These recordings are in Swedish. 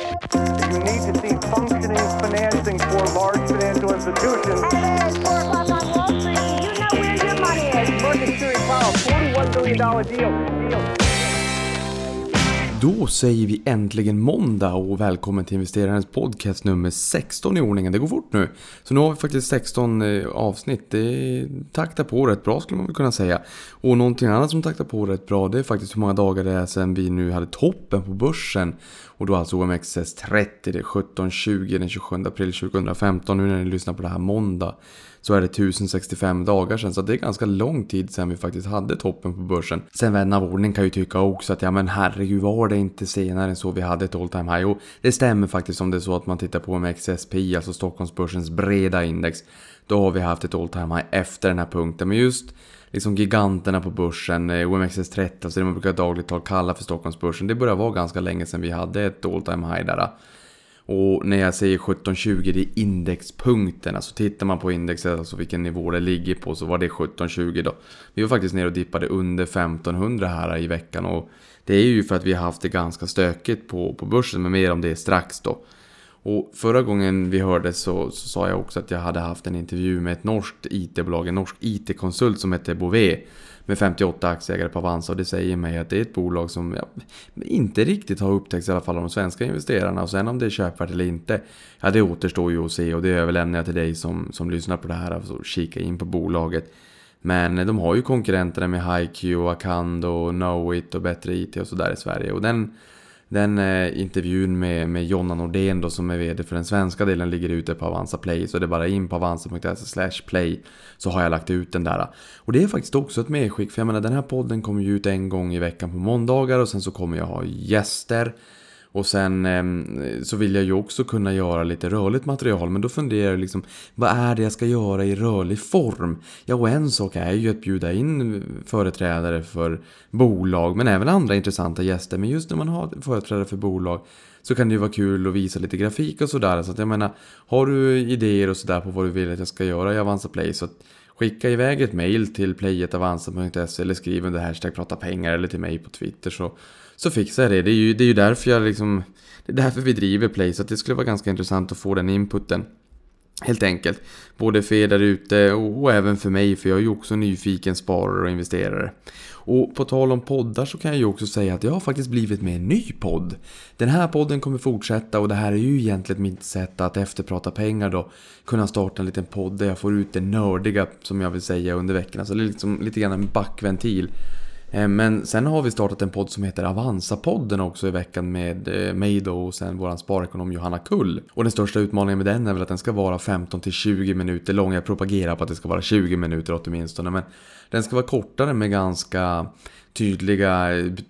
You need to see functioning financing for large financial institutions. It's 4 o'clock on Wall Street. You know where your money is. Market Security Powell, $41 billion deal. Då säger vi äntligen måndag och välkommen till investerarens podcast nummer 16 i ordningen. Det går fort nu. Så nu har vi faktiskt 16 avsnitt. Det taktar på rätt bra skulle man väl kunna säga. Och någonting annat som taktar på rätt bra, det är faktiskt hur många dagar det är sedan vi nu hade toppen på börsen. Och då alltså OMXS30, det är 17:20 den 27 april 2015. Nu när ni lyssnar på det här måndag så är det 1065 dagar sedan. Så det är ganska lång tid sedan vi faktiskt hade toppen på börsen. Sen vän av ordning kan ju tycka också att ja men herregud, var det inte senare än så vi hade ett all time high. Och det stämmer faktiskt om det är så att man tittar på OMXSPI, alltså Stockholmsbörsens breda index. Då har vi haft ett all time high efter den här punkten. Men just liksom giganterna på börsen, OMXS30, alltså det man brukar dagligt tal kalla för Stockholmsbörsen. Det börjar vara ganska länge sedan vi hade ett all time high där. Och när jag säger 1720, det är indexpunkten. Alltså tittar man på indexet, alltså vilken nivå det ligger på, så var det 1720 då. Vi var faktiskt ner och dippade under 1500 här i veckan. Och det är ju för att vi har haft det ganska stökigt på börsen, men mer om det strax då. Och förra gången vi hörde så sa jag också att jag hade haft en intervju med ett norskt IT-bolag, en norsk IT-konsult som heter Bové, med 58 aktieägare på Avanza. Och det säger mig att det är ett bolag som inte riktigt har upptäckts i alla fall av de svenska investerarna. Och sen om det är köpvärt eller inte, ja det återstår ju att se. Och det överlämnar jag till dig som lyssnar på det här, alltså kika in på bolaget. Men de har ju konkurrenterna med HiQ, Acando, Knowit och Bättre IT och sådär i Sverige. Och den intervjun med Jonna Nordén då, som är vd för den svenska delen, ligger ute på Avanza Play. Så det är bara in på avanza.se/play så har jag lagt ut den där. Och det är faktiskt också ett medskick, för jag menar den här podden kommer ju ut en gång i veckan på måndagar. Och sen så kommer jag ha gäster. Och sen så vill jag ju också kunna göra lite rörligt material. Men då funderar jag liksom, vad är det jag ska göra i rörlig form? Ja, och en sak är ju att bjuda in företrädare för bolag, men även andra intressanta gäster. Men just när man har företrädare för bolag så kan det ju vara kul att visa lite grafik och sådär. Så att jag menar, har du idéer och sådär på vad du vill att jag ska göra i Avanza Play, så att skicka iväg ett mail till play@avanza.se eller skriv under hashtag prata pengar eller till mig på Twitter, så fixar jag det. Det är ju därför jag liksom, det är därför vi driver Play, så att det skulle vara ganska intressant att få den inputen. Helt enkelt. Både för er där ute och även för mig, för jag är ju också nyfiken sparare och investerare. Och på tal om poddar så kan jag ju också säga att jag har faktiskt blivit med en ny podd. Den här podden kommer fortsätta, och det här är ju egentligen mitt sätt att efterprata pengar då. Kunna starta en liten podd där jag får ut det nördiga, som jag vill säga, under veckorna. Så det är liksom lite grann en backventil. Men sen har vi startat en podd som heter Avanza-podden också i veckan med mig då, och sen våran sparekonom Johanna Kull. Och den största utmaningen med den är väl att den ska vara 15-20 minuter lång. Jag propagerar på att det ska vara 20 minuter åtminstone, men den ska vara kortare med ganska tydliga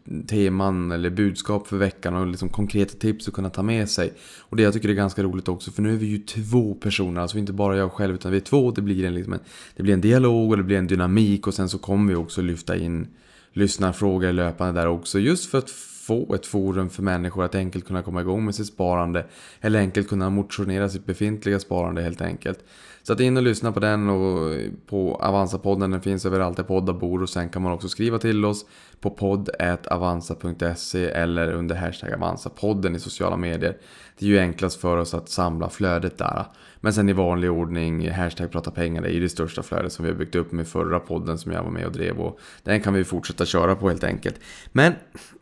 teman eller budskap för veckan och liksom konkreta tips att kunna ta med sig. Och det jag tycker är ganska roligt också, för nu är vi ju 2 personer, alltså inte bara jag själv utan vi är 2. Det blir en dialog och det blir en dynamik, och sen så kommer vi också lyfta in lyssnarfrågor löpande där också, just för att få ett forum för människor att enkelt kunna komma igång med sitt sparande, eller enkelt kunna motionera sitt befintliga sparande helt enkelt. Så att in och lyssna på den, och på Avanza-podden, den finns överallt där poddar bor. Och sen kan man också skriva till oss på podd@avanza.se eller under hashtag Avanza-podden i sociala medier. Det är ju enklast för oss att samla flödet där. Men sen i vanlig ordning, hashtag prata pengar, det är ju det största flödet som vi har byggt upp med förra podden som jag var med och drev. Och den kan vi fortsätta köra på helt enkelt. Men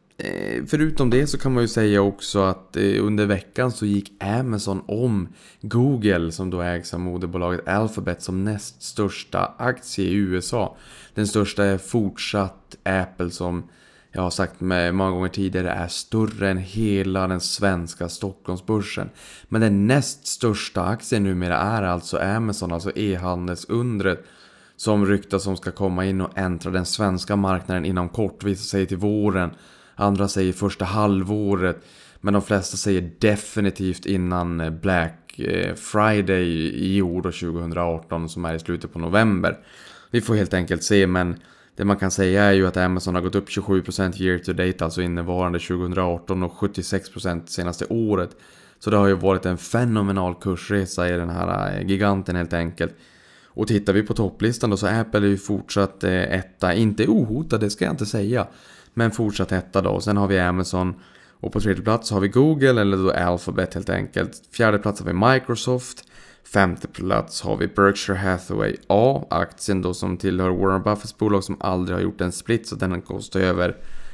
förutom det så kan man ju säga också att under veckan så gick Amazon om Google, som då ägs av moderbolaget Alphabet, som näst största aktie i USA. Den största är fortsatt Apple, som jag har sagt med många gånger tidigare är större än hela den svenska Stockholmsbörsen. Men den näst största aktien numera är alltså Amazon, alltså e-handelsundret, som ryktas som ska komma in och äntra den svenska marknaden inom kort. Vissa säger till våren, andra säger första halvåret, men de flesta säger definitivt innan Black Friday i år 2018, som är i slutet på november. Vi får helt enkelt se, men det man kan säga är ju att Amazon har gått upp 27% year to date, alltså innevarande 2018, och 76% senaste året. Så det har ju varit en fenomenal kursresa i den här giganten helt enkelt. Och tittar vi på topplistan då, så Apple är ju fortsatt etta, inte ohotad, det ska jag inte säga, men fortsatt etta då. Sen har vi Amazon, Och på tredje plats har vi Google, eller då Alphabet helt enkelt. Fjärde plats har vi Microsoft. Femte plats har vi Berkshire Hathaway A, aktien då som tillhör Warren Buffetts bolag som aldrig har gjort en split, så den kostar över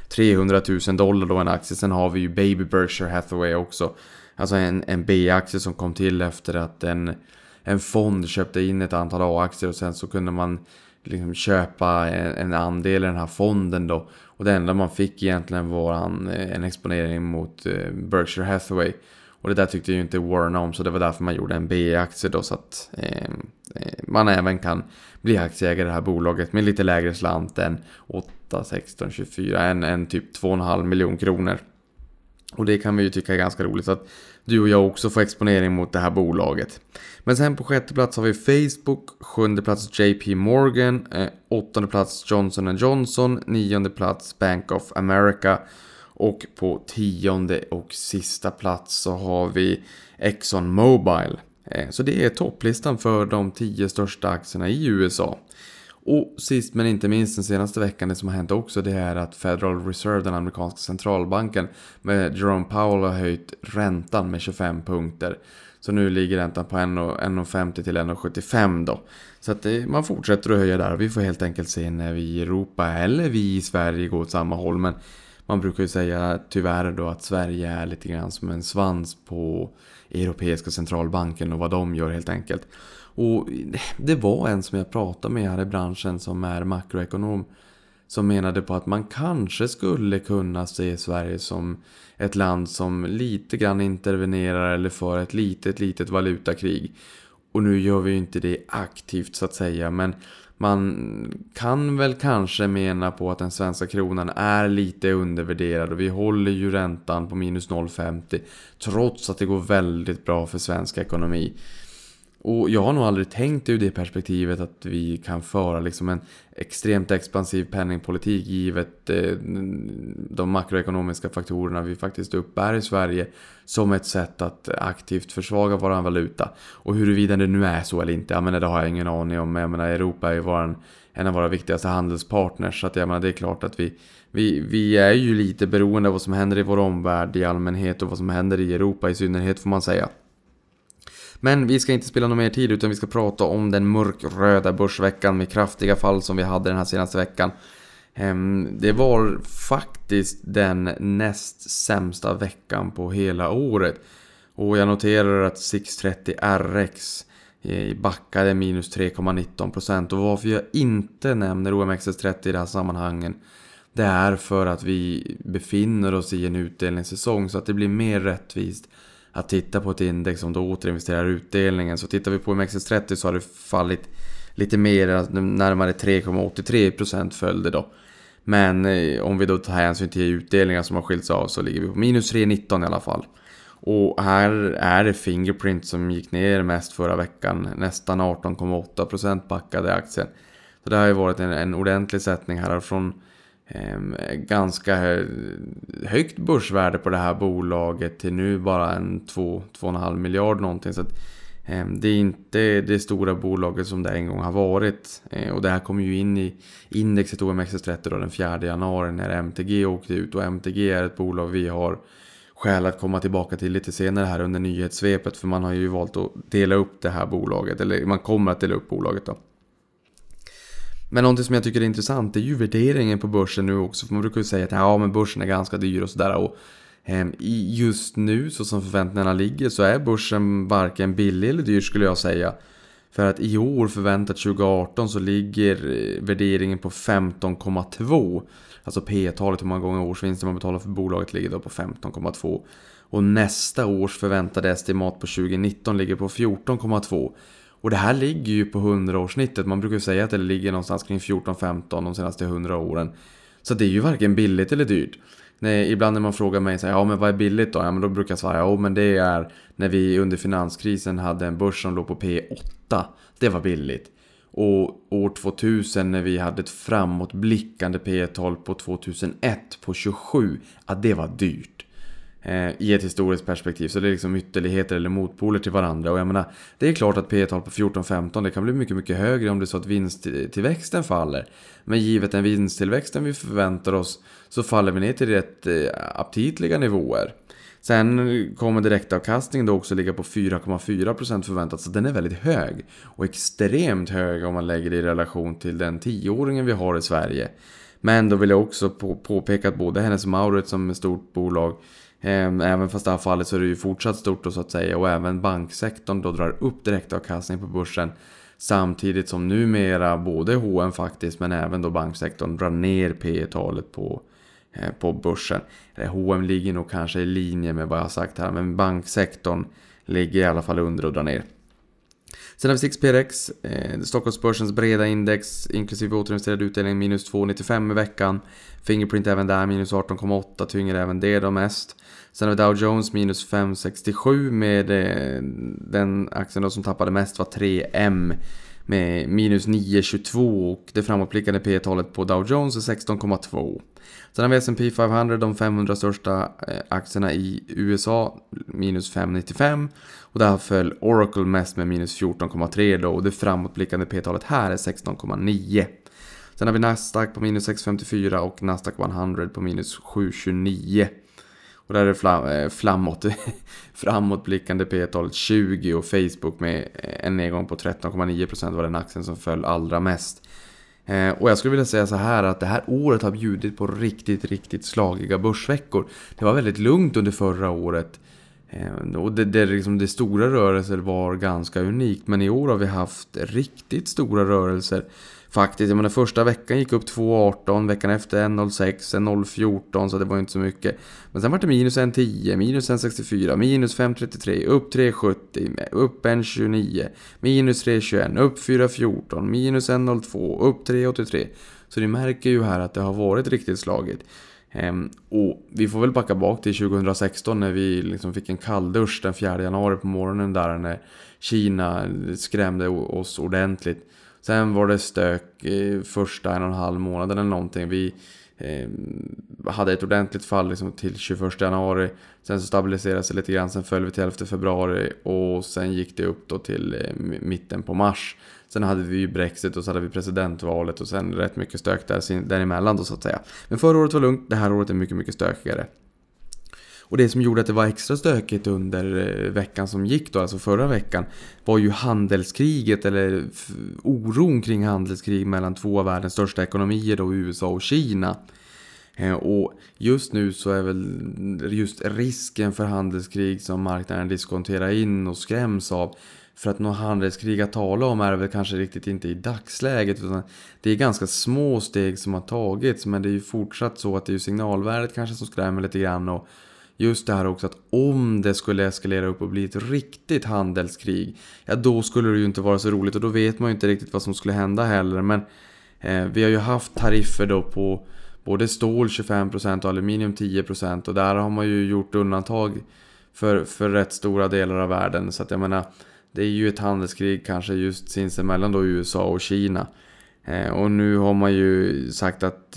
$300,000 då en aktie. Sen har vi ju Baby Berkshire Hathaway också, alltså en B-aktie som kom till efter att en fond köpte in ett antal A-aktier och sen så kunde man liksom köpa en andel i den här fonden då. Och det enda man fick egentligen var en exponering mot Berkshire Hathaway. Och det där tyckte ju inte Warren om, så det var därför man gjorde en B-aktie då, så att man även kan bli aktieägare i det här bolaget med lite lägre slant än 8, 16, 24, en typ 2,5 miljoner kronor. Och det kan vi ju tycka är ganska roligt, så att du och jag också får exponering mot det här bolaget. Men sen på sjätte plats har vi Facebook, sjunde plats JP Morgan, åttonde plats Johnson & Johnson, nionde plats Bank of America. Och på tionde och sista plats så har vi Exxon Mobil. Så det är topplistan för de 10 största aktierna i USA. Och sist men inte minst den senaste veckan, det som har hänt också, det är att Federal Reserve, den amerikanska centralbanken, med Jerome Powell har höjt räntan med 25 punkter. Så nu ligger räntan på 1,50 till 1,75 då. Så att man fortsätter att höja där. Vi får helt enkelt se när vi i Europa eller vi i Sverige går åt samma håll. Men man brukar ju säga tyvärr då att Sverige är lite grann som en svans på Europeiska centralbanken och vad de gör helt enkelt. Och det var en som jag pratade med här i branschen som är makroekonom som menade på att man kanske skulle kunna se Sverige som ett land som lite grann intervenerar eller för ett litet valutakrig. Och nu gör vi ju inte det aktivt så att säga, men man kan väl kanske mena på att den svenska kronan är lite undervärderad och vi håller ju räntan på minus 0,50 trots att det går väldigt bra för svensk ekonomi. Och jag har nog aldrig tänkt ur det perspektivet att vi kan föra liksom en extremt expansiv penningpolitik givet de makroekonomiska faktorerna vi faktiskt uppbär i Sverige som ett sätt att aktivt försvaga vår valuta. Och huruvida det nu är så eller inte, jag menar, det har jag ingen aning om. Jag menar, Europa är ju en av våra viktigaste handelspartners, så att jag menar, det är klart att vi är ju lite beroende av vad som händer i vår omvärld i allmänhet och vad som händer i Europa i synnerhet, får man säga. Men vi ska inte spela någon mer tid utan vi ska prata om den mörkröda börsveckan med kraftiga fall som vi hade den här senaste veckan. Det var faktiskt den näst sämsta veckan på hela året. Och jag noterar att 630 RX backade minus 3,19%. Och varför jag inte nämner OMXS30 i det här sammanhangen, det är för att vi befinner oss i en utdelningssäsong, så att det blir mer rättvist att titta på ett index som då återinvesterar utdelningen. Så tittar vi på OMXS30 så har det fallit lite mer, närmare 3,83% följde då. Men om vi då tar hänsyn till utdelningar som har skilts av så ligger vi på minus 3,19 i alla fall. Och här är det Fingerprint som gick ner mest förra veckan. Nästan 18,8% backade aktien. Så det har ju varit en ordentlig sättning här från ganska högt börsvärde på det här bolaget till nu bara 2,5 miljard någonting. Så att, det är inte det stora bolaget som det en gång har varit. Och det här kommer ju in i indexet OMXS30 då den 4 januari när MTG åkte ut. Och MTG är ett bolag vi har skäl att komma tillbaka till lite senare här under nyhetssvepet. För man har ju valt att dela upp det här bolaget. Eller man kommer att dela upp bolaget då. Men något som jag tycker är intressant är ju värderingen på börsen nu också. För man brukar ju säga att ja, men börsen är ganska dyr och sådär. Och just nu så som förväntningarna ligger så är börsen varken billig eller dyr skulle jag säga. För att i år förväntat 2018 så ligger värderingen på 15,2. Alltså P-talet, hur många gånger årsvinsten man betalar för bolaget, ligger då på 15,2. Och nästa års förväntade estimat på 2019 ligger på 14,2. Och det här ligger ju på 100-årssnittet. Man brukar säga att det ligger någonstans kring 14-15 de senaste 100 åren. Så det är ju varken billigt eller dyrt. Ibland när man frågar mig så här, ja men vad är billigt då? Ja men då brukar jag svara, ja men det är när vi under finanskrisen hade en börs som låg på P8. Det var billigt. Och år 2000 när vi hade ett framåtblickande P12 på 2001 på 27. Ja det var dyrt. i ett historiskt perspektiv. Så det är liksom ytterligheter eller motpoler till varandra. Och jag menar, det är klart att P-tal på 14-15 det kan bli mycket, mycket högre om det är så att vinsttillväxten faller. Men givet den vinsttillväxten vi förväntar oss så faller vi ner till rätt aptitliga nivåer. Sen kommer direktavkastningen då också ligga på 4,4% förväntat, så den är väldigt hög. Och extremt hög om man lägger det i relation till den 10-åringen vi har i Sverige. Men då vill jag också påpeka att både Hennes & Mauritz som är stort bolag, även fast det här fallet så är det ju fortsatt stort då, så att säga, och även banksektorn då drar upp direktavkastning på börsen. Samtidigt som numera både H&M faktiskt men även då banksektorn drar ner P-talet på börsen. H&M ligger nog kanske i linje med vad jag har sagt här, men banksektorn ligger i alla fall under och drar ner. Sen har vi SIXPRX, Stockholmsbörsens breda index inklusive återinvesterad utdelning minus 2,95 i veckan. Fingerprint även där minus 18,8, tynger även det då mest. Sen har vi Dow Jones minus 5,67 med den aktien då som tappade mest var 3M med minus 9,22 och det framåtblickande P-talet på Dow Jones är 16,2. Sen har vi S&P 500, de 500 största aktierna i USA, minus 5,95. Och där föll Oracle mest med minus 14,3 då, och det framåtblickande P-talet här är 16,9. Sen har vi Nasdaq på minus 6,54 och Nasdaq 100 på minus 7,29. Och där är framåtblickande P-talet 20 och Facebook med en nedgång på 13,9% var den aktien som föll allra mest. Och jag skulle vilja säga så här att det här året har bjudit på riktigt, riktigt slagiga börsveckor. Det var väldigt lugnt under förra året. Och det stora rörelser var ganska unikt. Men i år har vi haft riktigt stora rörelser. Faktiskt, jag menar första veckan gick upp 2,18, veckan efter 1,06, 1,014, så det var inte så mycket. Men sen var det minus 1,10, minus 1,64, minus 5,33, upp 3,70, upp 1,29, minus 3,21, upp 4,14, minus 1,02, upp 3,83. Så ni märker ju här att det har varit riktigt slagigt. Och vi får väl backa bak till 2016 när vi liksom fick en kalldusch den 4 januari på morgonen där när Kina skrämde oss ordentligt. Sen var det stök första 1,5 månaden eller någonting. Vi hade ett ordentligt fall liksom till 21 januari. Sen så stabiliserade sig lite grann. Sen föll vi till 11 februari. Och sen gick det upp då till mitten på mars. Sen hade vi ju Brexit och så hade vi presidentvalet. Och sen rätt mycket stök däremellan då så att säga. Men förra året var lugnt. Det här året är mycket, mycket stökigare. Och det som gjorde att det var extra stökigt under veckan som gick då, alltså förra veckan, var ju handelskriget eller oron kring handelskrig mellan två av världens största ekonomier då, USA och Kina. Och just nu så är väl just risken för handelskrig som marknaden diskonterar in och skräms av. För att något handelskrig att tala om är väl kanske riktigt inte i dagsläget, utan det är ganska små steg som har tagits, men det är ju fortsatt så att det är ju signalvärdet kanske som skrämmer lite grann. Och just det här också att om det skulle eskalera upp och bli ett riktigt handelskrig, ja då skulle det ju inte vara så roligt och då vet man ju inte riktigt vad som skulle hända heller. Men vi har ju haft tariffer då på både stål 25% och aluminium 10%, och där har man ju gjort undantag för rätt stora delar av världen. Så att jag menar, det är ju ett handelskrig kanske just sinsemellan då USA och Kina. Och nu har man ju sagt att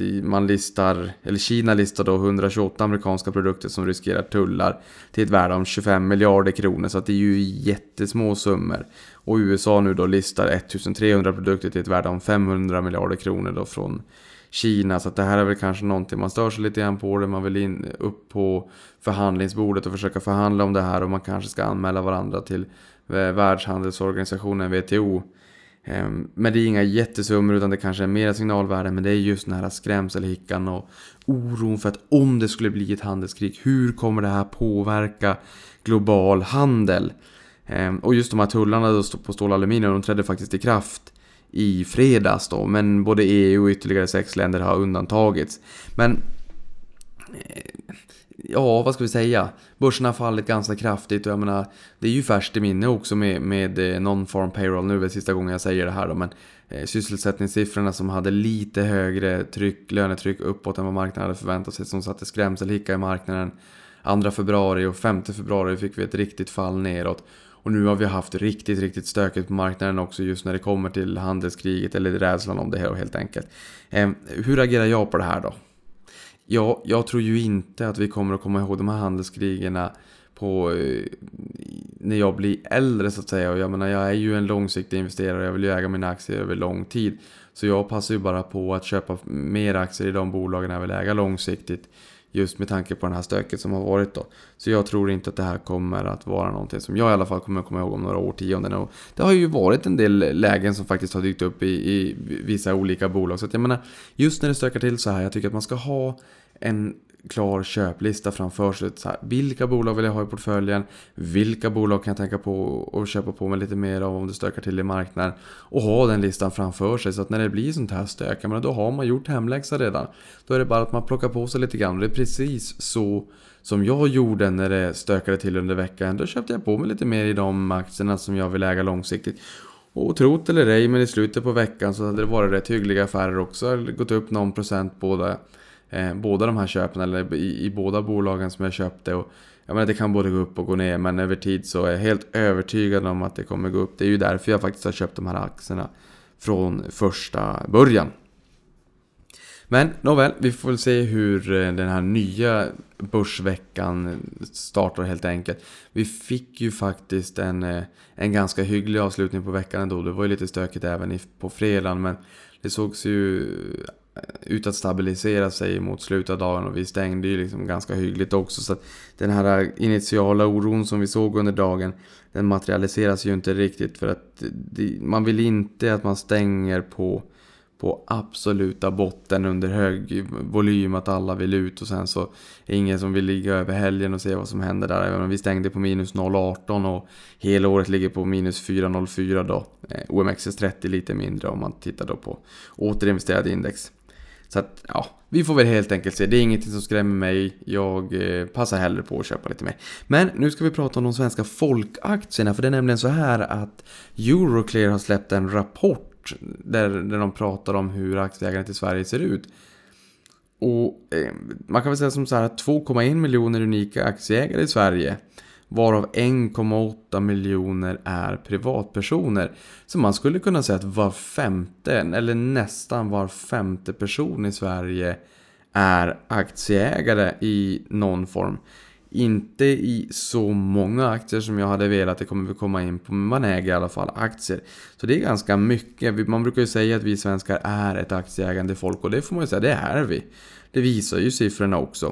Kina listar då 128 amerikanska produkter som riskerar tullar till ett värde om 25 miljarder kronor. Så att det är ju jättesmå summor. Och USA nu då listar 1300 produkter till ett värde om 500 miljarder kronor då från Kina. Så att det här är väl kanske någonting man stör sig lite grann på det. Man vill in upp på förhandlingsbordet och försöka förhandla om det här. Och man kanske ska anmäla varandra till Världshandelsorganisationen WTO. Men det är inga jättesummor, utan det kanske är mer signalvärde. Men det är just den här skrämselhickan och oron för att om det skulle bli ett handelskrig, hur kommer det här påverka global handel? Och just de här tullarna då på stål och aluminium, de trädde faktiskt i kraft i fredags då. Men både EU och ytterligare 6 länder har undantagits. Men ja, vad ska vi säga? Börsen har fallit ganska kraftigt och jag menar, det är ju färskt i minne också med non-farm payroll. Nu är det sista gången jag säger det här då, men sysselsättningssiffrorna som hade lite högre lönetryck uppåt än vad marknaden hade förväntat sig, som satte skrämselhicka i marknaden 2 februari och 5 februari fick vi ett riktigt fall neråt. Och nu har vi haft riktigt, riktigt stökigt på marknaden också just när det kommer till handelskriget eller rädslan om det här helt enkelt. Hur agerar jag på det här då? Ja, jag tror ju inte att vi kommer att komma ihåg de här handelskrigerna när jag blir äldre så att säga. Och jag menar, jag är ju en långsiktig investerare och jag vill ju äga mina aktier över lång tid. Så jag passar ju bara på att köpa mer aktier i de bolagen jag vill äga långsiktigt. Just med tanke på den här stöket som har varit då. Så jag tror inte att det här kommer att vara någonting som jag i alla fall kommer att komma ihåg om några årtionden. Och det har ju varit en del lägen som faktiskt har dykt upp i vissa olika bolag. Så att jag menar, just när det stökar till så här, jag tycker att man ska ha en klar köplista framför sig. Så här, vilka bolag vill jag ha i portföljen? Vilka bolag kan jag tänka på att köpa på mig lite mer av om det stökar till i marknaden? Och ha den listan framför sig så att när det blir sånt här stök, men då har man gjort hemläxa redan. Då är det bara att man plockar på sig lite grann. Och det är precis så som jag gjorde när det stökade till under veckan. Då köpte jag på mig lite mer i de aktierna som jag vill äga långsiktigt. Och trot eller ej, men i slutet på veckan så hade det varit rätt hyggliga affärer också. Gått upp någon procent båda de här köpen eller i båda bolagen som jag köpte. Och jag menar, det kan både gå upp och gå ner, men över tid så är jag helt övertygad om att det kommer gå upp. Det är ju därför jag faktiskt har köpt de här aktierna från första början. Men nåväl, vi får väl se hur den här nya börsveckan startar helt enkelt. Vi fick ju faktiskt en ganska hygglig avslutning på veckan ändå. Det var ju lite stökigt även på fredagen, men det sågs ju ut att stabilisera sig mot slutet av dagen och vi stängde ju liksom ganska hyggligt också. Så att den här initiala oron som vi såg under dagen, den materialiseras ju inte riktigt för att man vill inte att man stänger på absoluta botten under hög volym, att alla vill ut och sen så är ingen som vill ligga över helgen och se vad som händer där. Även om vi stängde på minus 0,18 och hela året ligger på minus 4,04 då. OMXS30 lite mindre om man tittar då på återinvesterade index. Så att ja, vi får väl helt enkelt se. Det är ingenting som skrämmer mig. Jag passar hellre på att köpa lite mer. Men nu ska vi prata om de svenska folkaktierna. För det är nämligen så här att Euroclear har släppt en rapport där de pratar om hur aktieägandet i Sverige ser ut. Och man kan väl säga som så här att 2,1 miljoner unika aktieägare i Sverige, varav 1,8 miljoner är privatpersoner. Så man skulle kunna säga att var femte eller nästan var femte person i Sverige är aktieägare i någon form. Inte i så många aktier som jag hade velat, det kommer vi komma in på, men man äger i alla fall aktier. Så det är ganska mycket. Man brukar ju säga att vi svenskar är ett aktieägande folk, och det får man ju säga, det är vi. Det visar ju siffrorna också.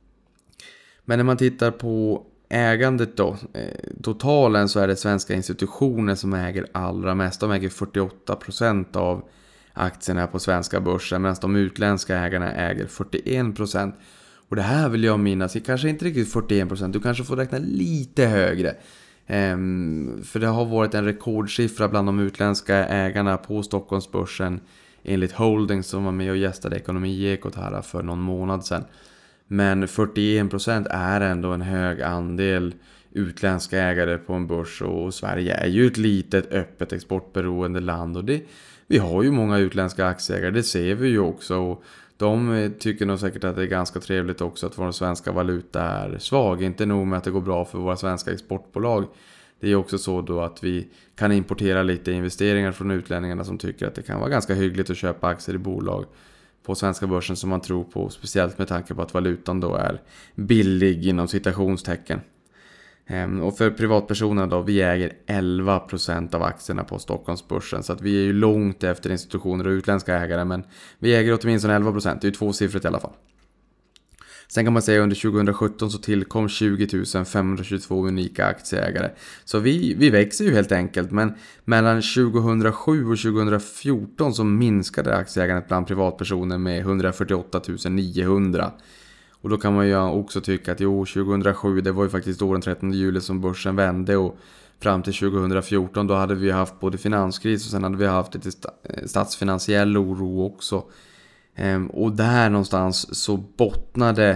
Men när man tittar på ägandet då, totalen, så är det svenska institutioner som äger allra mest. De äger 48% av aktierna på svenska börsen, medan de utländska ägarna äger 41%. Och det här vill jag minnas, kanske inte riktigt 41%, du kanske får räkna lite högre. För det har varit en rekordsiffra bland de utländska ägarna på Stockholmsbörsen enligt Holdings, som var med och gästade Ekonomiekot här för någon månad sedan. Men 41% är ändå en hög andel utländska ägare på en börs, och Sverige är ju ett litet öppet exportberoende land, och vi har ju många utländska aktieägare, det ser vi ju också, och de tycker nog säkert att det är ganska trevligt också att vår svenska valuta är svag. Inte nog med att det går bra för våra svenska exportbolag. Det är också så då att vi kan importera lite investeringar från utlänningarna som tycker att det kan vara ganska hyggligt att köpa aktier i bolag på svenska börsen som man tror på. Speciellt med tanke på att valutan då är billig inom citationstecken. Och för privatpersoner då, vi äger 11% av aktierna på Stockholmsbörsen. Så att vi är ju långt efter institutioner och utländska ägare, men vi äger åtminstone 11%, det är ju 2 siffror i alla fall. Sen kan man säga att under 2017 så tillkom 20 522 unika aktieägare. Så vi växer ju helt enkelt, men mellan 2007 och 2014 så minskade aktieägandet bland privatpersoner med 148 900. Och då kan man ju också tycka att 2007, det var ju faktiskt då den 13 juli som börsen vände, och fram till 2014 då hade vi haft både finanskris och sen hade vi haft lite statsfinansiell oro också. Och där någonstans så bottnade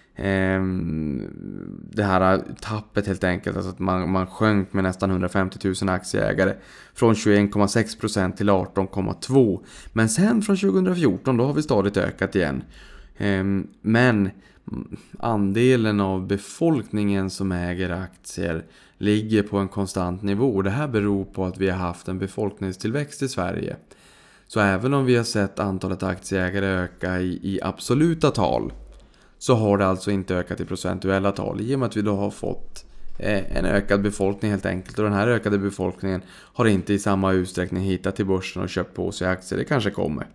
det här tappet helt enkelt, alltså att man sjönk med nästan 150 000 aktieägare från 21,6% till 18,2%. Men sen från 2014 då har vi stadigt ökat igen. Men andelen av befolkningen som äger aktier ligger på en konstant nivå. Det här beror på att vi har haft en befolkningstillväxt i Sverige. Så även om vi har sett antalet aktieägare öka i absoluta tal, så har det alltså inte ökat i procentuella tal. I och med att vi då har fått en ökad befolkning helt enkelt. Och den här ökade befolkningen har inte i samma utsträckning hittat till börsen och köpt på sig aktier. Det kanske kommer.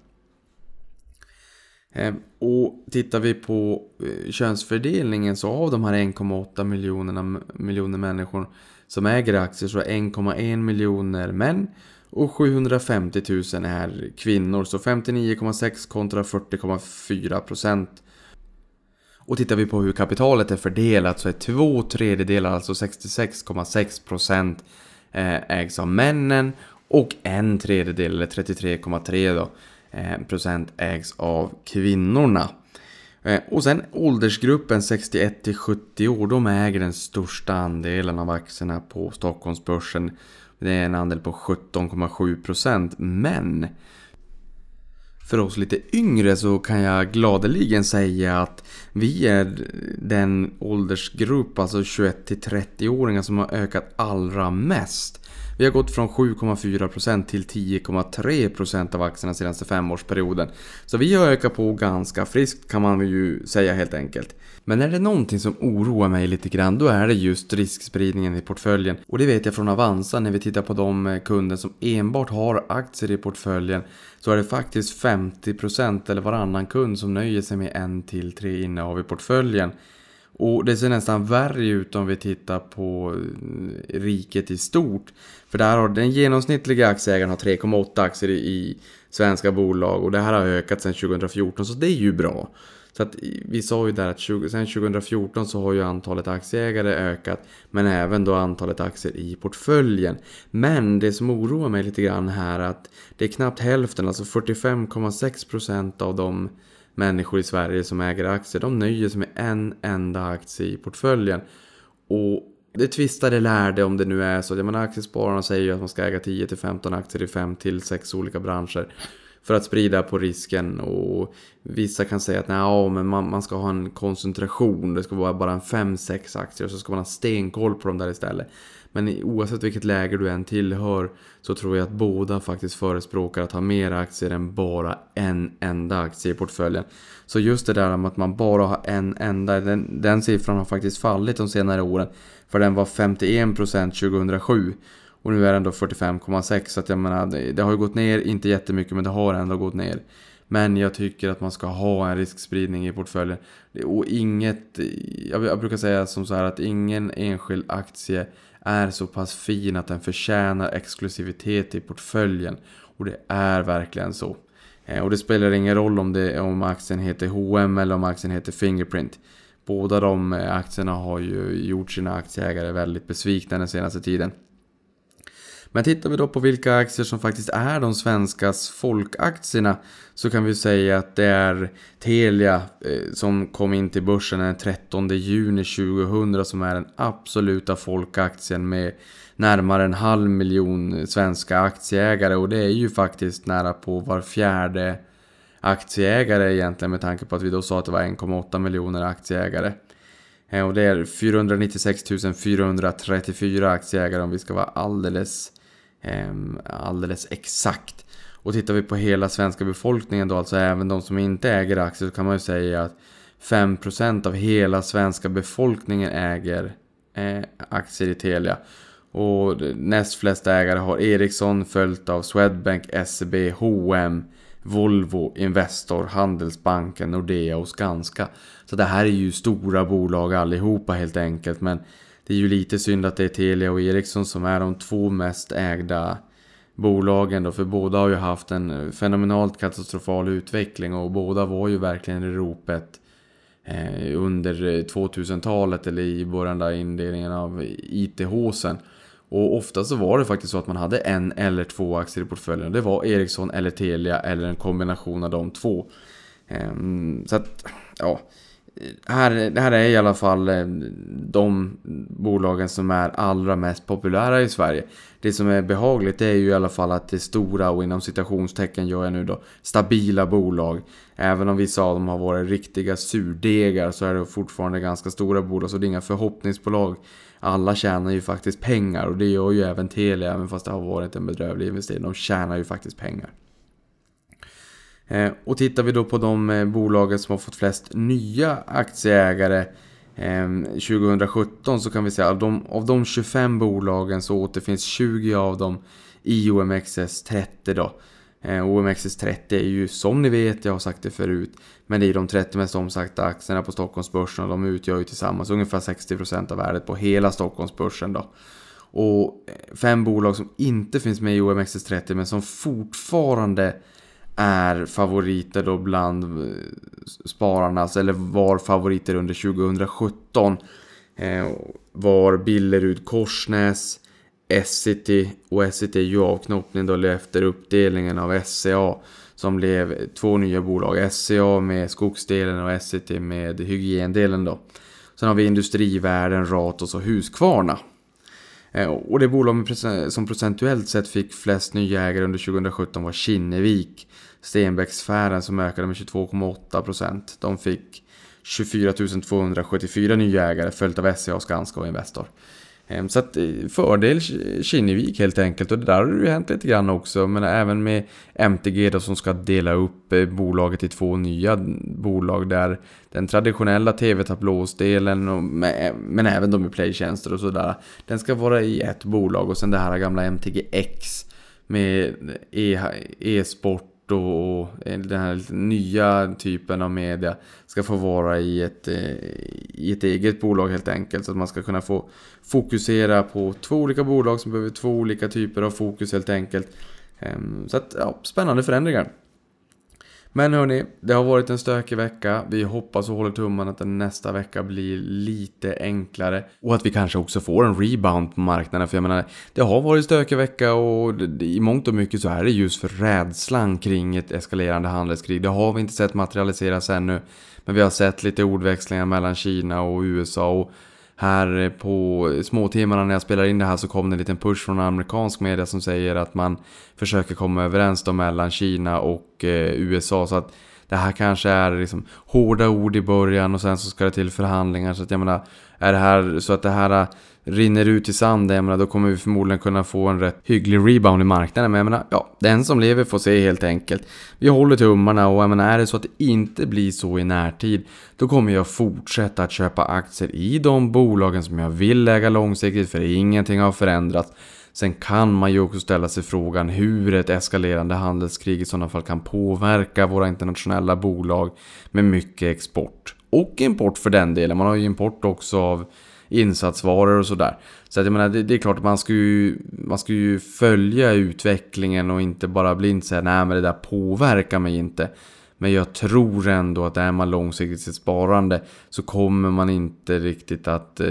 Och tittar vi på könsfördelningen, så av de här 1,8 miljoner människor som äger aktier, så är 1,1 miljoner män och 750 000 är kvinnor. Så 59,6 kontra 40,4%. Och tittar vi på hur kapitalet är fördelat, så är 2/3, alltså 66,6%, ägs av männen och 1/3 eller 33,3% ägs av kvinnorna. Och sen åldersgruppen 61-70 år, de äger den största andelen av aktierna på Stockholmsbörsen. Det är en andel på 17,7%. Men för oss lite yngre så kan jag gladeligen säga att vi är den åldersgrupp, alltså 21-30-åringar, som har ökat allra mest. Vi har gått från 7,4% till 10,3% av aktierna senaste 5-årsperioden. Så vi har ökat på ganska friskt, kan man ju säga helt enkelt. Men är det någonting som oroar mig lite grann, då är det just riskspridningen i portföljen. Och det vet jag från Avanza, när vi tittar på de kunder som enbart har aktier i portföljen, så är det faktiskt 50% eller varannan kund som nöjer sig med 1-3 innehav i portföljen. Och det ser nästan värre ut om vi tittar på riket i stort. För där har den genomsnittliga aktieägaren har 3,8 aktier i svenska bolag. Och det här har ökat sedan 2014, så det är ju bra. Så att vi sa ju där att sedan 2014 så har ju antalet aktieägare ökat. Men även då antalet aktier i portföljen. Men det som oroar mig lite grann här är att det är knappt hälften, alltså 45,6% av de människor i Sverige som äger aktier, de nöjer sig med en enda aktie i portföljen. Och det tvistade lärde om det nu är så. Jag menar, aktiespararna säger ju att man ska äga 10-15 aktier i 5-6 olika branscher för att sprida på risken. Och vissa kan säga att men man ska ha en koncentration. Det ska vara bara en 5-6 aktier och så ska man ha stenkoll på dem där istället. Men oavsett vilket läge du än tillhör, så tror jag att båda faktiskt förespråkar att ha mer aktier än bara en enda aktie i portföljen. Så just det där med att man bara har en enda, den siffran har faktiskt fallit de senare åren. För den var 51% 2007 och nu är den då 45,6%. Så att jag menar, det har ju gått ner, inte jättemycket, men det har ändå gått ner. Men jag tycker att man ska ha en riskspridning i portföljen. Och jag brukar säga som så här att ingen enskild aktie är så pass fin att den förtjänar exklusivitet i portföljen. Och det är verkligen så. Och det spelar ingen roll om aktien heter H&M eller om aktien heter Fingerprint. Båda de aktierna har ju gjort sina aktieägare väldigt besvikna den senaste tiden. Men tittar vi då på vilka aktier som faktiskt är de svenskas folkaktierna, så kan vi säga att det är Telia som kom in till börsen den 13 juni 2000 som är den absoluta folkaktien med närmare 500 000 svenska aktieägare. Och det är ju faktiskt nära på var fjärde aktieägare egentligen, med tanke på att vi då sa att det var 1,8 miljoner aktieägare. Och det är 496 434 aktieägare om vi ska vara alldeles exakt. Och tittar vi på hela svenska befolkningen då, alltså även de som inte äger aktier, så kan man ju säga att 5% av hela svenska befolkningen äger aktier i Telia. Och näst flest ägare har Ericsson, följt av Swedbank, SEB, H&M, Volvo, Investor, Handelsbanken, Nordea och Skanska. Så det här är ju stora bolag allihopa helt enkelt. Men det är ju lite synd att det är Telia och Ericsson som är de två mest ägda bolagen då. För båda har ju haft en fenomenalt katastrofal utveckling. Och båda var ju verkligen i ropet under 2000-talet eller i början av indelningen av IT-håsen. Och ofta så var det faktiskt så att man hade en eller två aktier i portföljen. Det var Ericsson eller Telia eller en kombination av de två. Så att, ja. Det här är i alla fall de bolagen som är allra mest populära i Sverige. Det som är behagligt är ju i alla fall att det är stora, och inom citationstecken gör jag nu då, stabila bolag. Även om vissa av dem har varit riktiga surdegar, så är det fortfarande ganska stora bolag. Så det är inga förhoppningsbolag. Alla tjänar ju faktiskt pengar, och det gör ju även Telia, även fast det har varit en bedrövlig investering. De tjänar ju faktiskt pengar. Och tittar vi då på de bolagen som har fått flest nya aktieägare 2017 så kan vi säga att av de 25 bolagen så återfinns 20 av dem i OMXS30 då. OMXS30 är ju, som ni vet, jag har sagt det förut, men det är de 30 mest omsatta aktierna på Stockholmsbörsen och de utgör ju tillsammans ungefär 60% av värdet på hela Stockholmsbörsen då. Och 5 bolag som inte finns med i OMXS30 men som fortfarande är favoriter då bland spararna, eller var favoriter under 2017 var Billerud Korsnäs, Essity, och Essity är ju avknoppning då efter uppdelningen av SCA som blev 2 nya bolag, SCA med skogsdelen och Essity med hygiendelen då. Sen har vi Industrivärden, Ratos och Husqvarna. Och det bolag som procentuellt sett fick flest nya ägare under 2017 var Kinnevik, Stenbecksfären, som ökade med 22,8%. De fick 24 274 nya ägare, följt av SCA, Skanska och Investor. Så att fördel Kinnevik helt enkelt, och det där har ju hänt lite grann också, men även med MTG då, som ska dela upp bolaget i 2 nya bolag där den traditionella tv-tablåsdelen men även de med playtjänster och sådär, den ska vara i ett bolag, och sen det här gamla MTGX med e-sport och den här nya typen av media ska få vara i ett eget bolag helt enkelt, så att man ska kunna få fokusera på 2 olika bolag som behöver 2 olika typer av fokus helt enkelt. Så att, ja, spännande förändringar. Men hörni, det har varit en stökig vecka. Vi hoppas och håller tummarna att den nästa vecka blir lite enklare. Och att vi kanske också får en rebound på marknaden. För jag menar, det har varit en stökig vecka och i mångt och mycket så är det just för rädslan kring ett eskalerande handelskrig. Det har vi inte sett materialiseras ännu. Men vi har sett lite ordväxlingar mellan Kina och USA, och här på småtimmarna när jag spelar in det här så kom det en liten push från amerikansk media som säger att man försöker komma överens då mellan Kina och USA, så att det här kanske är liksom hårda ord i början och sen så ska det till förhandlingar. Så att jag menar, är det här så att det här rinner ut i sanden, jag menar, då kommer vi förmodligen kunna få en rätt hygglig rebound i marknaden. Men jag menar, ja, den som lever får se helt enkelt. Vi håller tummarna, och jag menar, är det så att det inte blir så i närtid, då kommer jag fortsätta att köpa aktier i de bolagen som jag vill äga långsiktigt, för ingenting har förändrats. Sen kan man ju också ställa sig frågan hur ett eskalerande handelskrig i sådana fall kan påverka våra internationella bolag med mycket export. Och import för den delen. Man har ju import också av insatsvaror och sådär. Så att jag menar, det är klart att man ska ju följa utvecklingen och inte bara blint säga nej, men det där påverkar mig inte. Men jag tror ändå att är man långsiktigt sitt sparande så kommer man inte riktigt att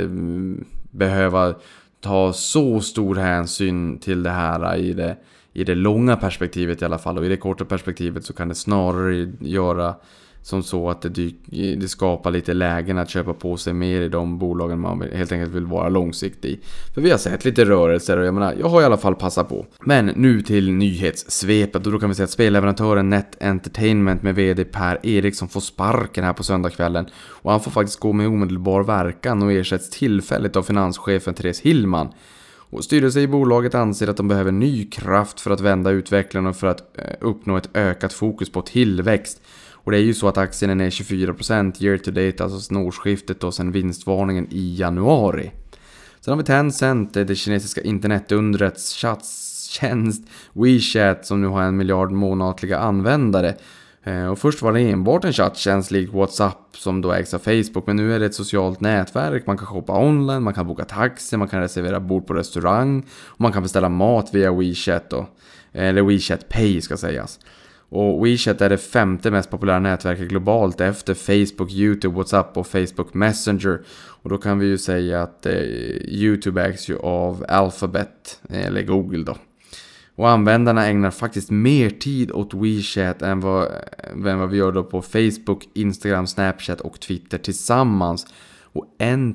behöva ta så stor hänsyn till det här i det långa perspektivet i alla fall. Och i det korta perspektivet så kan det snarare göra som så att det skapar lite lägen att köpa på sig mer i de bolagen man helt enkelt vill vara långsiktig i. För vi har sett lite rörelser och jag menar, jag har i alla fall passat på. Men nu till nyhetssvepet, och då kan vi säga att spelleverantören Net Entertainment med vd Per Eriksson får sparken här på söndagskvällen. Och han får faktiskt gå med omedelbar verkan och ersätts tillfälligt av finanschefen Therese Hillman. Och styrelsen i bolaget anser att de behöver ny kraft för att vända utvecklingen och för att uppnå ett ökat fokus på tillväxt. Och det är ju så att aktien är 24% year to date, alltså sedan årsskiftet och sedan vinstvarningen i januari. Sen har vi Tencent, det kinesiska internetundrets chatttjänst WeChat som nu har 1 miljard månatliga användare. Och först var det enbart en chatttjänst likt WhatsApp som då ägs av Facebook, men nu är det ett socialt nätverk. Man kan shoppa online, man kan boka taxi, man kan reservera bord på restaurang och man kan beställa mat via WeChat då, eller WeChat Pay ska sägas. Och WeChat är det 5:e mest populära nätverket globalt efter Facebook, YouTube, WhatsApp och Facebook Messenger. Och då kan vi ju säga att YouTube ägs ju av Alphabet eller Google då. Och användarna ägnar faktiskt mer tid åt WeChat än vad vi gör då på Facebook, Instagram, Snapchat och Twitter tillsammans. Och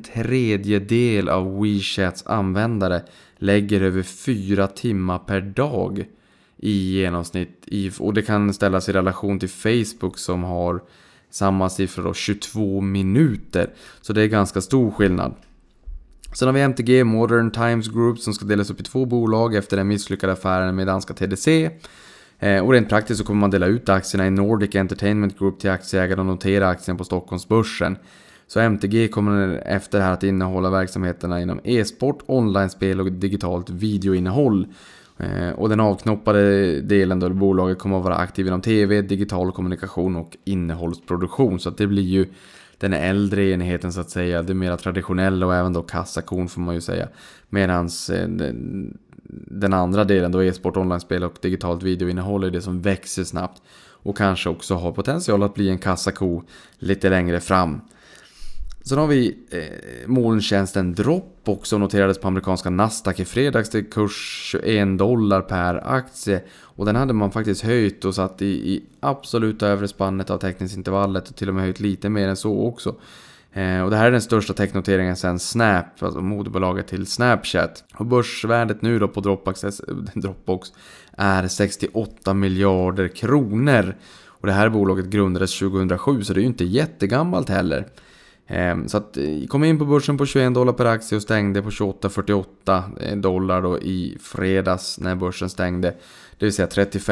1/3 av WeChats användare lägger över 4 timmar per dag i genomsnitt. Och det kan ställas i relation till Facebook som har samma siffra då, 22 minuter. Så det är ganska stor skillnad. Sen har vi MTG Modern Times Group som ska delas upp i 2 bolag efter den misslyckade affären med danska TDC. Och rent praktiskt så kommer man dela ut aktierna i Nordic Entertainment Group till aktieägare och notera aktien på Stockholmsbörsen. Så MTG kommer efter det här att innehålla verksamheterna inom e-sport, online-spel och digitalt videoinnehåll. Och den avknoppade delen då bolaget kommer att vara aktiv inom tv, digital kommunikation och innehållsproduktion. Så att det blir ju den äldre enheten så att säga, det mer traditionella och även då kassakon får man ju säga. Medans den andra delen då e-sport, online-spel och digitalt videoinnehåll är det som växer snabbt. Och kanske också har potential att bli en kassako lite längre fram. Sen har vi molntjänsten Dropbox som noterades på amerikanska Nasdaq i fredags till kurs $21 per aktie. Och den hade man faktiskt höjt och satt i absoluta övre spannet av teckningsintervallet och till och med höjt lite mer än så också. Och det här är den största tecknoteringen sedan Snap, alltså moderbolaget till Snapchat. Och börsvärdet nu då på Dropbox är 68 miljarder kronor. Och det här bolaget grundades 2007 så det är ju inte jättegammalt heller. Så att kom in på börsen på $21 per aktie och stängde på $28,48 då i fredags när börsen stängde. Det vill säga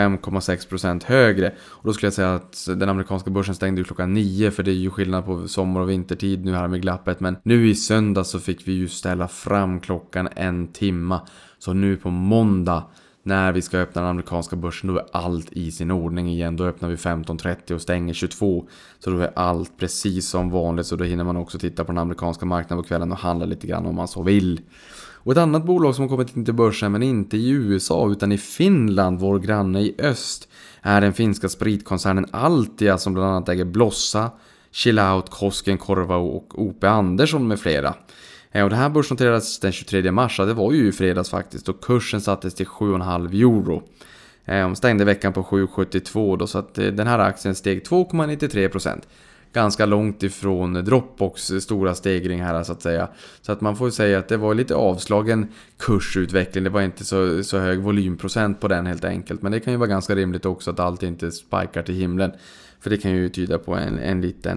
35,6% högre. Och då skulle jag säga att den amerikanska börsen stängde klockan 9 för det är ju skillnad på sommar- och vintertid nu här med glappet. Men nu i söndag så fick vi ju ställa fram klockan en timma. Så nu på måndag när vi ska öppna den amerikanska börsen då är allt i sin ordning igen. Då öppnar vi 15.30 och stänger 22. Så då är allt precis som vanligt. Så då hinner man också titta på den amerikanska marknaden på kvällen och handla lite grann om man så vill. Och ett annat bolag som har kommit in till börsen men inte i USA utan i Finland, vår granne i öst, är den finska spritkoncernen Altia som bland annat äger Blossa, Chillout, Kosken, Korva och OP Andersson med flera. Och det här börsnoterades den 23 mars, det var ju i fredags faktiskt, och kursen sattes till 7,5 euro. Stängde veckan på 7,72 då, så att den här aktien steg 2,93%. Ganska långt ifrån Dropbox stora stegring här så att säga. Så att man får säga att det var lite avslagen kursutveckling. Det var inte så hög volymprocent på den helt enkelt. Men det kan ju vara ganska rimligt också att allt inte spikar till himlen. För det kan ju tyda på en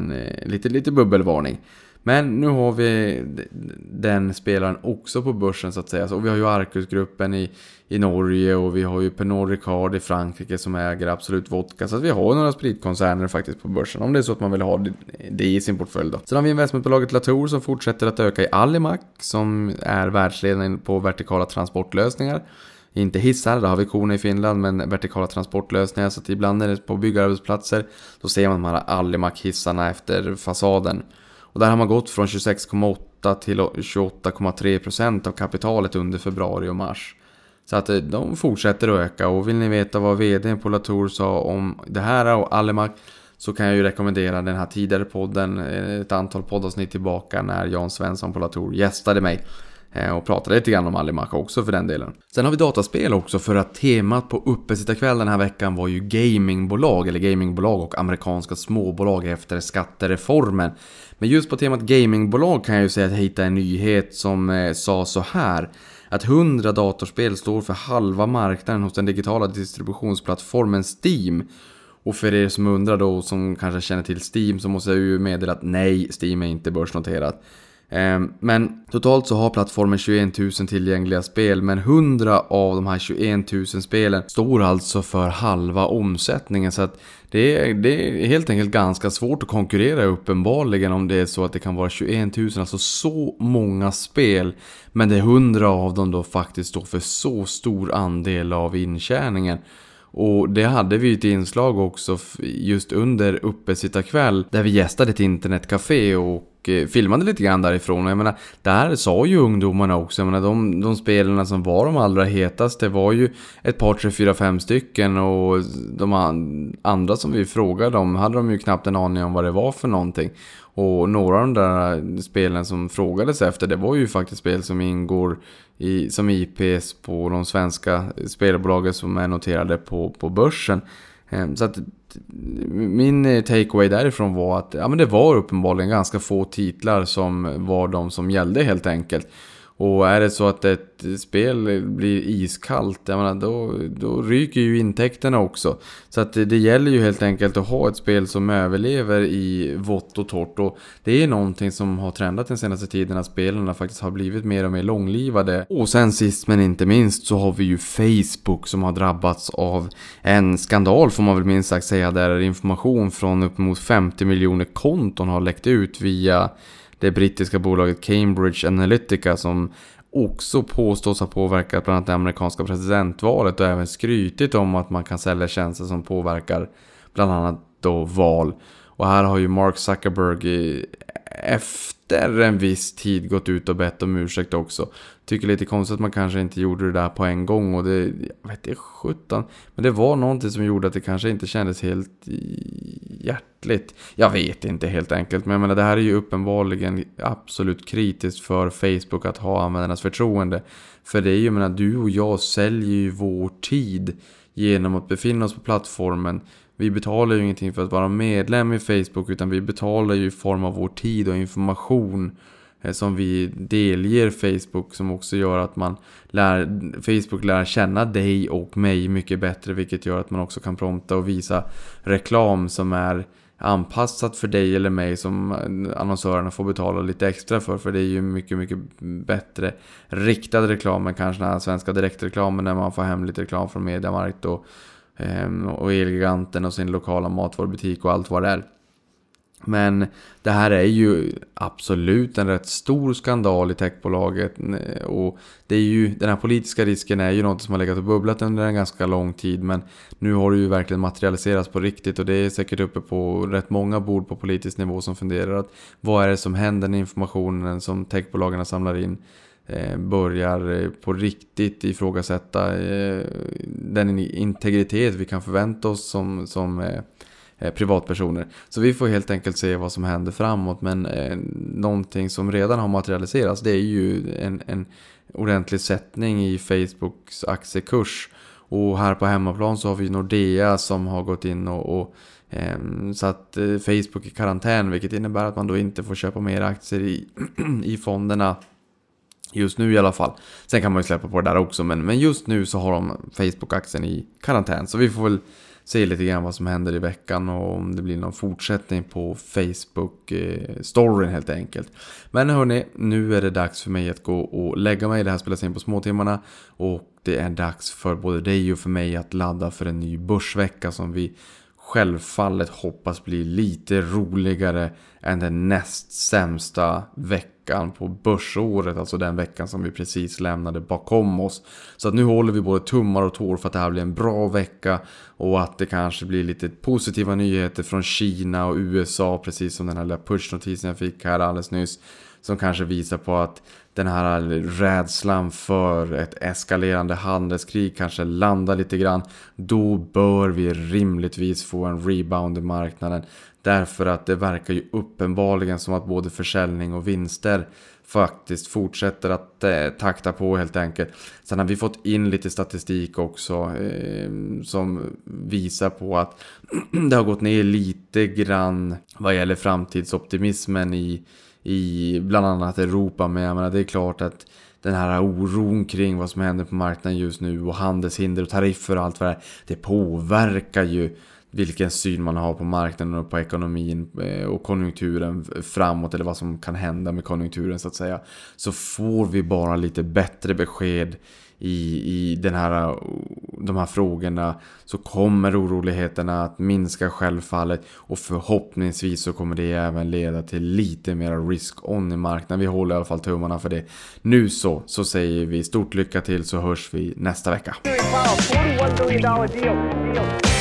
lite bubbelvarning. Men nu har vi den spelaren också på börsen så att säga. Så vi har ju Arcus-gruppen i Norge och vi har ju Pernod Ricard i Frankrike som äger Absolut Vodka. Så att vi har några spritkoncerner faktiskt på börsen om det är så att man vill ha det i sin portfölj då. Sen har vi investmentbolaget Latour som fortsätter att öka i Alimak som är världsledande på vertikala transportlösningar. Inte hissar, där har vi korna i Finland, men vertikala transportlösningar. Så att ibland är det på byggarbetsplatser då ser man de här Alimak-hissarna efter fasaden. Och där har man gått från 26,8 till 28,3% av kapitalet under februari och mars. Så att de fortsätter att öka. Och vill ni veta vad vdn på Latour sa om det här och Alimak så kan jag ju rekommendera den här tidigare podden. Ett antal poddavsnitt tillbaka när Jan Svensson på Latour gästade mig. Och pratade lite grann om Alimak också för den delen. Sen har vi dataspel också för att temat på uppesittarkväll den här veckan var ju gamingbolag och amerikanska småbolag efter skattereformen. Men just på temat gamingbolag kan jag ju säga att jag hittade en nyhet som sa så här. Att 100 datorspel står för halva marknaden hos den digitala distributionsplattformen Steam. Och för er som undrar då, som kanske känner till Steam, så måste jag ju meddela att nej, Steam är inte börsnoterat. Men totalt så har plattformen 21 000 tillgängliga spel, men 100 av de här 21 000 spelen står alltså för halva omsättningen. Så att det är helt enkelt ganska svårt att konkurrera uppenbarligen om det är så att det kan vara 21 000, alltså så många spel. Men det är 100 av dem då faktiskt står för så stor andel av intjäningen. Och det hade vi ett inslag också just under uppesittarkväll där vi gästade ett internetcafé och filmade lite grann därifrån. Och jag menar, där sa ju ungdomarna också, jag menar, de spelarna som var de allra hetaste var ju ett par, 3, 4, 5 stycken, och de andra som vi frågade om hade de ju knappt en aning om vad det var för någonting. Och några av de där spelen som frågades efter, det var ju faktiskt spel som ingår som IPs på de svenska spelbolagen som är noterade på börsen. Så att min takeaway därifrån var att ja, men det var uppenbarligen ganska få titlar som var de som gällde helt enkelt. Och är det så att ett spel blir iskallt, jag menar, då ryker ju intäkterna också. Så att det gäller ju helt enkelt att ha ett spel som överlever i vått och torrt. Och det är någonting som har trendat den senaste tiden, att spelarna faktiskt har blivit mer och mer långlivade. Och sen sist men inte minst så har vi ju Facebook som har drabbats av en skandal, får man väl minst sagt säga, där information från uppemot 50 miljoner konton har läckt ut via det brittiska bolaget Cambridge Analytica, som också påstås ha påverkat bland annat det amerikanska presidentvalet och även skrytit om att man kan sälja tjänster som påverkar bland annat då val. Och här har ju Mark Zuckerberg efter en viss tid gått ut och bett om ursäkt också. Tycker lite konstigt att man kanske inte gjorde det där på en gång, och det, jag vet inte, 17. Men det var någonting som gjorde att det kanske inte kändes helt hjärtligt. Jag vet inte helt enkelt, men jag menar, det här är ju uppenbarligen absolut kritiskt för Facebook att ha användarnas förtroende. För det är ju, jag menar, du och jag säljer ju vår tid genom att befinna oss på plattformen. Vi betalar ju ingenting för att vara medlem i Facebook, utan vi betalar ju i form av vår tid och information som vi delger Facebook, som också gör att Facebook lär känna dig och mig mycket bättre, vilket gör att man också kan prompta och visa reklam som är anpassat för dig eller mig, som annonsörerna får betala lite extra för det är ju mycket, mycket bättre riktad reklam än kanske den här svenska direktreklamen, när man får hem lite reklam från Mediamarkt och Elgiganten och sin lokala matvarubutik och allt vad det är. Men det här är ju absolut en rätt stor skandal i techbolaget, och det är ju, den här politiska risken är ju något som har legat och bubblat under en ganska lång tid, men nu har det ju verkligen materialiserats på riktigt, och det är säkert uppe på rätt många bord på politisk nivå som funderar att vad är det som händer när informationen som techbolagen samlar in börjar på riktigt ifrågasätta den integritet vi kan förvänta oss som privatpersoner. Så vi får helt enkelt se vad som händer framåt, men någonting som redan har materialiserats, det är ju en ordentlig sättning i Facebooks aktiekurs. Och här på hemmaplan så har vi Nordea som har gått in och satt Facebook i karantän, vilket innebär att man då inte får köpa mer aktier i fonderna. Just nu i alla fall. Sen kan man ju släppa på det där också. Men just nu så har de Facebook-aktien i karantän. Så vi får väl se lite grann vad som händer i veckan. Och om det blir någon fortsättning på Facebook-storyn helt enkelt. Men hörni, nu är det dags för mig att gå och lägga mig. Det här spelas in på småtimmarna. Och det är dags för både dig och för mig att ladda för en ny börsvecka som vi självfallet hoppas bli lite roligare än den näst sämsta veckan på börsåret, alltså den veckan som vi precis lämnade bakom oss. Så att nu håller vi både tummar och tår för att det här blir en bra vecka, och att det kanske blir lite positiva nyheter från Kina och USA, precis som den här lilla push-notisen jag fick här alldeles nyss, som kanske visar på att den här rädslan för ett eskalerande handelskrig kanske landar lite grann. Då bör vi rimligtvis få en rebound i marknaden. Därför att det verkar ju uppenbarligen som att både försäljning och vinster faktiskt fortsätter att takta på helt enkelt. Sen har vi fått in lite statistik också som visar på att det har gått ner lite grann vad gäller framtidsoptimismen i bland annat Europa. Men jag menar, det är klart att den här oron kring vad som händer på marknaden just nu och handelshinder och tariffer och allt vad det påverkar ju vilken syn man har på marknaden och på ekonomin och konjunkturen framåt, eller vad som kan hända med konjunkturen så att säga. Så får vi bara lite bättre besked i de här frågorna, så kommer oroligheterna att minska självfallet, och förhoppningsvis så kommer det även leda till lite mer risk on i marknaden. Vi håller i alla fall tummarna för det. Nu så säger vi stort lycka till, så hörs vi nästa vecka. $41 billion deal.